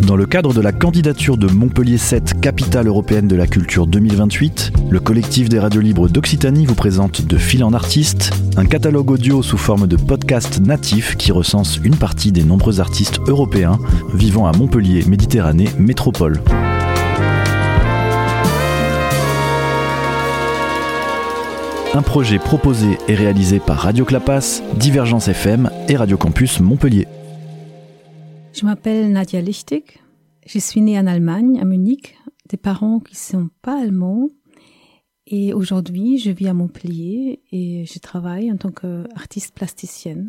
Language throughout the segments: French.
Dans le cadre de la candidature de Montpellier 7 Capitale Européenne de la Culture 2028, le collectif des radios libres d'Occitanie vous présente De Fil en Artiste, un catalogue audio sous forme de podcast natif qui recense une partie des nombreux artistes européens vivant à Montpellier, Méditerranée, métropole. Un projet proposé et réalisé par Radio Clapas, Divergence FM et Radio Campus Montpellier. Je m'appelle Nadia Lichtig, je suis née en Allemagne, à Munich, des parents qui ne sont pas allemands. Et aujourd'hui, je vis à Montpellier et je travaille en tant qu'artiste plasticienne.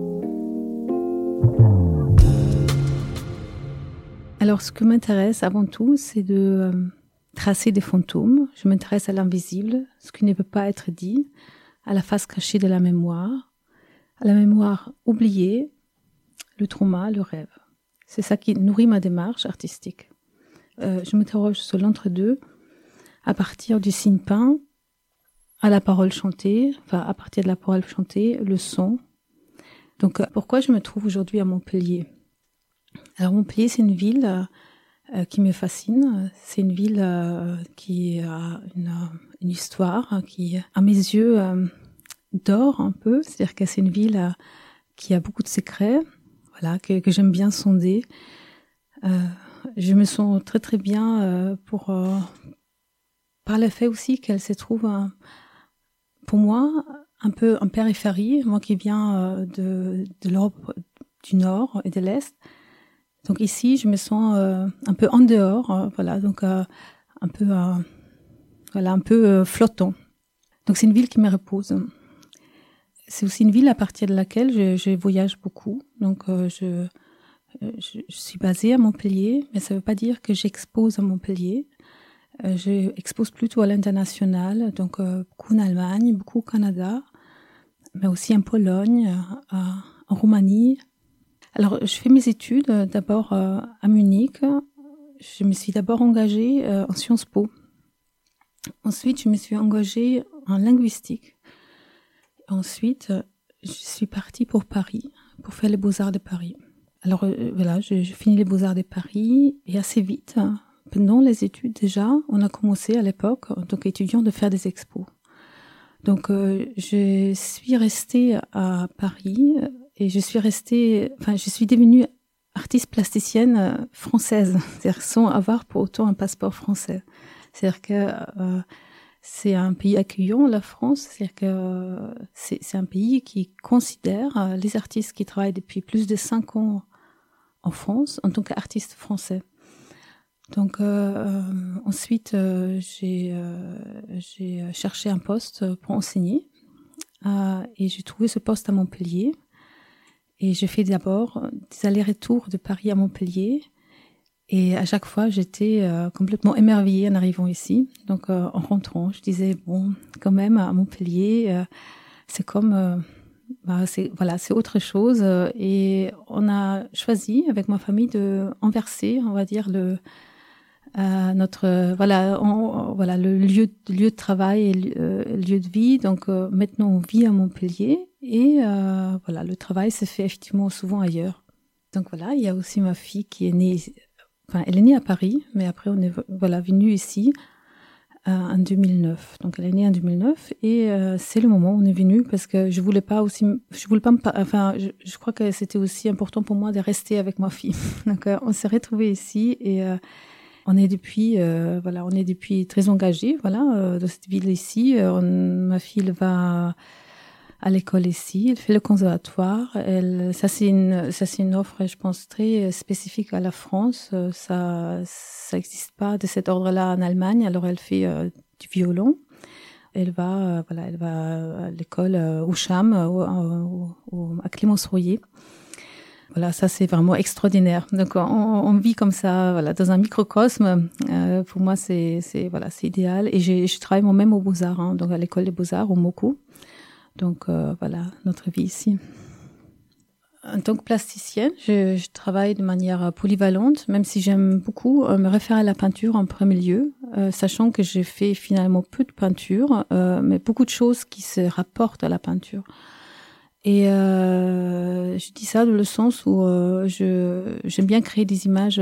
Alors, ce qui m'intéresse avant tout, c'est de tracer des fantômes. Je m'intéresse à l'invisible, ce qui ne peut pas être dit, à la face cachée de la mémoire oubliée, le trauma, le rêve. C'est ça qui nourrit ma démarche artistique. Je m'interroge sur l'entre-deux, à partir du signe peint à la parole chantée, enfin à partir de la parole chantée, le son. Donc pourquoi je me trouve aujourd'hui à Montpellier ? Alors Montpellier, c'est une ville qui me fascine. C'est une ville qui a une histoire qui, à mes yeux, dort un peu. C'est-à-dire que c'est une ville qui a beaucoup de secrets. Voilà, que j'aime bien sonder. Je me sens très très bien par le fait aussi qu'elle se trouve, pour moi, un peu en périphérie, moi qui viens de l'Europe du Nord et de l'Est. Donc ici, je me sens un peu en dehors, voilà, donc un peu flottant. Donc c'est une ville qui me repose. C'est aussi une ville à partir de laquelle je voyage beaucoup. Donc, je suis basée à Montpellier, mais ça ne veut pas dire que j'expose à Montpellier. J'expose plutôt à l'international, donc beaucoup en Allemagne, beaucoup au Canada, mais aussi en Pologne, en Roumanie. Alors, je fais mes études d'abord à Munich. Je me suis d'abord engagée en Sciences Po. Ensuite, je me suis engagée en linguistique. Ensuite, je suis partie pour Paris, pour faire les Beaux-Arts de Paris. Alors voilà, je finis les Beaux-Arts de Paris et assez vite, pendant les études déjà, on a commencé à l'époque, en tant qu'étudiant, de faire des expos. Donc je suis restée à Paris et je suis devenue artiste plasticienne française, c'est-à-dire sans avoir pour autant un passeport français. C'est-à-dire que c'est un pays accueillant, la France, c'est-à-dire que c'est un pays qui considère les artistes qui travaillent depuis plus de 5 ans en France en tant qu'artistes français. Donc ensuite, j'ai cherché un poste pour enseigner et j'ai trouvé ce poste à Montpellier. Et j'ai fait d'abord des allers-retours de Paris à Montpellier. Et à chaque fois, j'étais complètement émerveillée en arrivant ici. Donc, en rentrant, je disais, bon, quand même, à Montpellier, c'est comme, c'est autre chose. Et on a choisi, avec ma famille, de inverser, on va dire, le lieu de travail et le lieu de vie. Donc, maintenant, on vit à Montpellier et le travail se fait effectivement souvent ailleurs. Donc voilà, il y a aussi ma fille qui est née. Enfin, elle est née à Paris, mais après on est venu ici en 2009. Donc elle est née en 2009 et c'est le moment où on est venu parce que je crois que c'était aussi important pour moi de rester avec ma fille. Donc on s'est retrouvés ici et on est depuis très engagés dans cette ville ici. Ma fille elle va à l'école ici, elle fait le conservatoire. Ça c'est une offre, je pense, très spécifique à la France. Ça existe pas de cet ordre-là en Allemagne. Alors elle fait du violon. Elle va à l'école au CHAM, à Clémence-Royer. Voilà, ça c'est vraiment extraordinaire. Donc on vit comme ça, voilà, dans un microcosme. Pour moi c'est idéal. Et je travaille moi-même aux Beaux-Arts, donc à l'école des Beaux-Arts au MOCO. Donc notre vie ici. En tant que plasticienne, je travaille de manière polyvalente, même si j'aime beaucoup me référer à la peinture en premier lieu, sachant que j'ai fait finalement peu de peinture, mais beaucoup de choses qui se rapportent à la peinture. Et je dis ça dans le sens où j'aime bien créer des images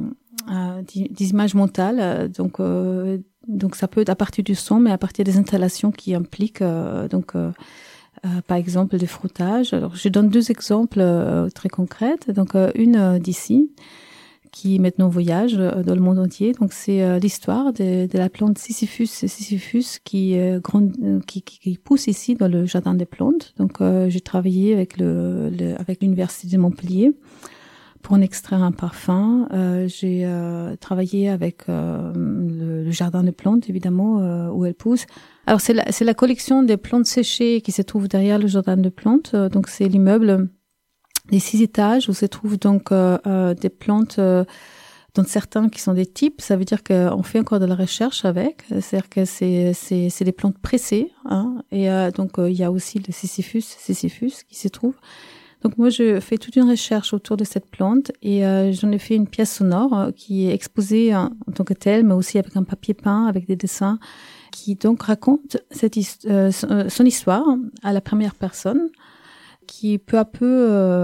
mentales. Donc ça peut être à partir du son, mais à partir des installations qui impliquent par exemple des frottages. Alors je donne 2 exemples très concrets. Donc une d'ici, qui maintenant voyage dans le monde entier. Donc c'est l'histoire de la plante Sisyphus qui pousse ici dans le jardin des plantes. Donc j'ai travaillé avec l'université de Montpellier pour en extraire un parfum. J'ai travaillé avec le jardin des plantes, évidemment, où elle pousse. Alors c'est la collection des plantes séchées qui se trouve derrière le jardin de plantes. Donc c'est l'immeuble des 6 étages où se trouvent donc des plantes, dont certains qui sont des types. Ça veut dire qu'on fait encore de la recherche avec. C'est-à-dire que c'est des plantes pressées, hein. Et donc il y a aussi le Sisyphus qui se trouve. Donc moi je fais toute une recherche autour de cette plante et j'en ai fait une pièce sonore qui est exposée en tant que telle, mais aussi avec un papier peint, avec des dessins, qui donc raconte son histoire à la première personne, qui peu à peu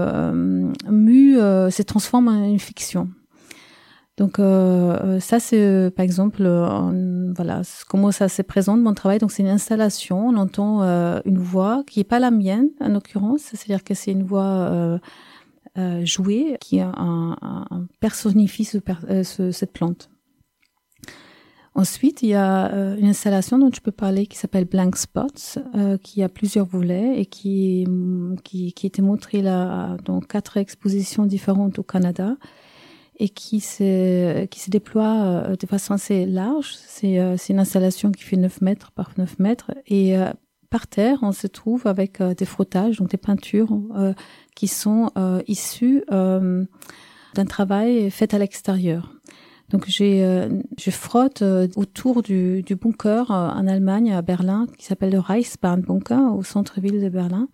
se transforme en une fiction. Donc ça c'est par exemple voilà comment ça se présente mon travail. Donc c'est une installation, on entend une voix qui est pas la mienne en l'occurrence, c'est-à-dire que c'est une voix jouée qui personnifie cette plante. Ensuite, il y a une installation dont je peux parler qui s'appelle Blank Spots, qui a plusieurs volets et qui était montrée là dans 4 expositions différentes au Canada et qui se déploie de façon assez large. C'est une installation qui fait 9 mètres par 9 mètres et par terre, on se trouve avec des frottages, donc des peintures qui sont issues d'un travail fait à l'extérieur. Donc je frotte autour du bunker en Allemagne, à Berlin, qui s'appelle le Reichsbahnbunker, au centre-ville de Berlin.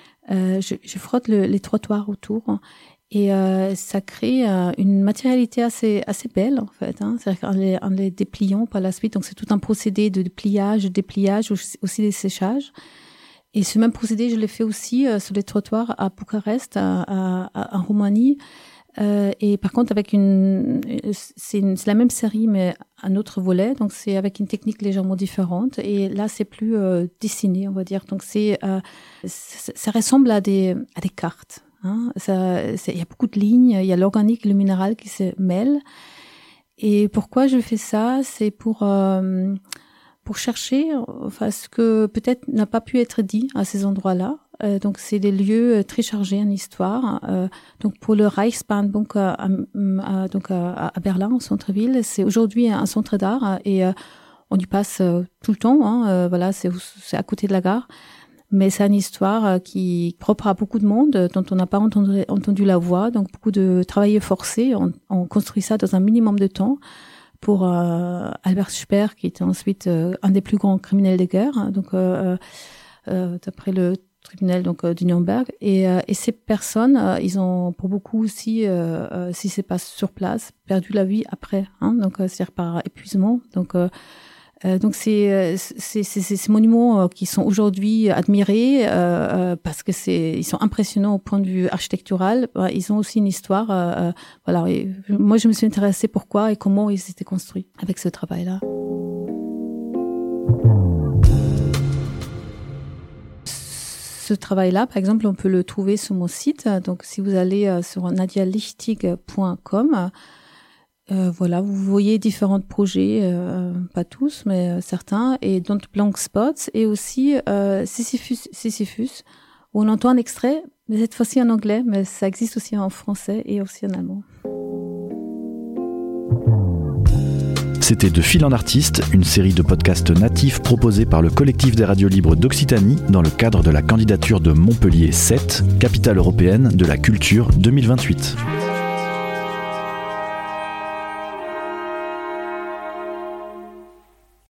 Je frotte les trottoirs autour et ça crée une matérialité assez belle en fait, hein. C'est-à-dire en les dépliant par la suite. Donc c'est tout un procédé de dépliage, aussi des séchages. Et ce même procédé, je l'ai fait aussi sur les trottoirs à Bucarest, en Roumanie. Et par contre c'est la même série mais un autre volet, donc c'est avec une technique légèrement différente et là c'est plus dessiné, on va dire. Donc ça ressemble à des cartes, hein. Il y a beaucoup de lignes, il y a l'organique et le minéral qui se mêlent. Et pourquoi je fais ça? C'est pour chercher ce que peut-être n'a pas pu être dit à ces endroits-là. Donc c'est des lieux très chargés en histoire. Donc pour le Reichsbahnbunker à Berlin, au centre-ville, c'est aujourd'hui un centre d'art et on y passe tout le temps, hein. Voilà, c'est à côté de la gare. Mais c'est une histoire qui est propre à beaucoup de monde, dont on n'a pas entendu la voix. Donc beaucoup de travail forcé. On construit ça dans un minimum de temps pour Albert Speer, qui était ensuite un des plus grands criminels de guerre. Donc d'après le tribunal de Nuremberg et ces personnes ils ont pour beaucoup aussi si c'est pas sur place perdu la vie après, hein. Donc c'est-à-dire par épuisement. Donc c'est ces monuments qui sont aujourd'hui admirés parce que ils sont impressionnants au point de vue architectural. Ils ont aussi une histoire. Voilà. Et moi je me suis intéressée pourquoi et comment ils étaient construits avec ce travail-là. Ce travail-là, par exemple, on peut le trouver sur mon site. Donc, si vous allez sur nadialichtig.com, voilà, vous voyez différents projets, pas tous, mais certains, et dont Blank Spots, et aussi Sisyphus, où on entend un extrait, mais cette fois-ci en anglais, mais ça existe aussi en français et aussi en allemand. C'était De Fil en Artiste, une série de podcasts natifs proposés par le collectif des radios libres d'Occitanie dans le cadre de la candidature de Montpellier 7, capitale européenne de la culture 2028.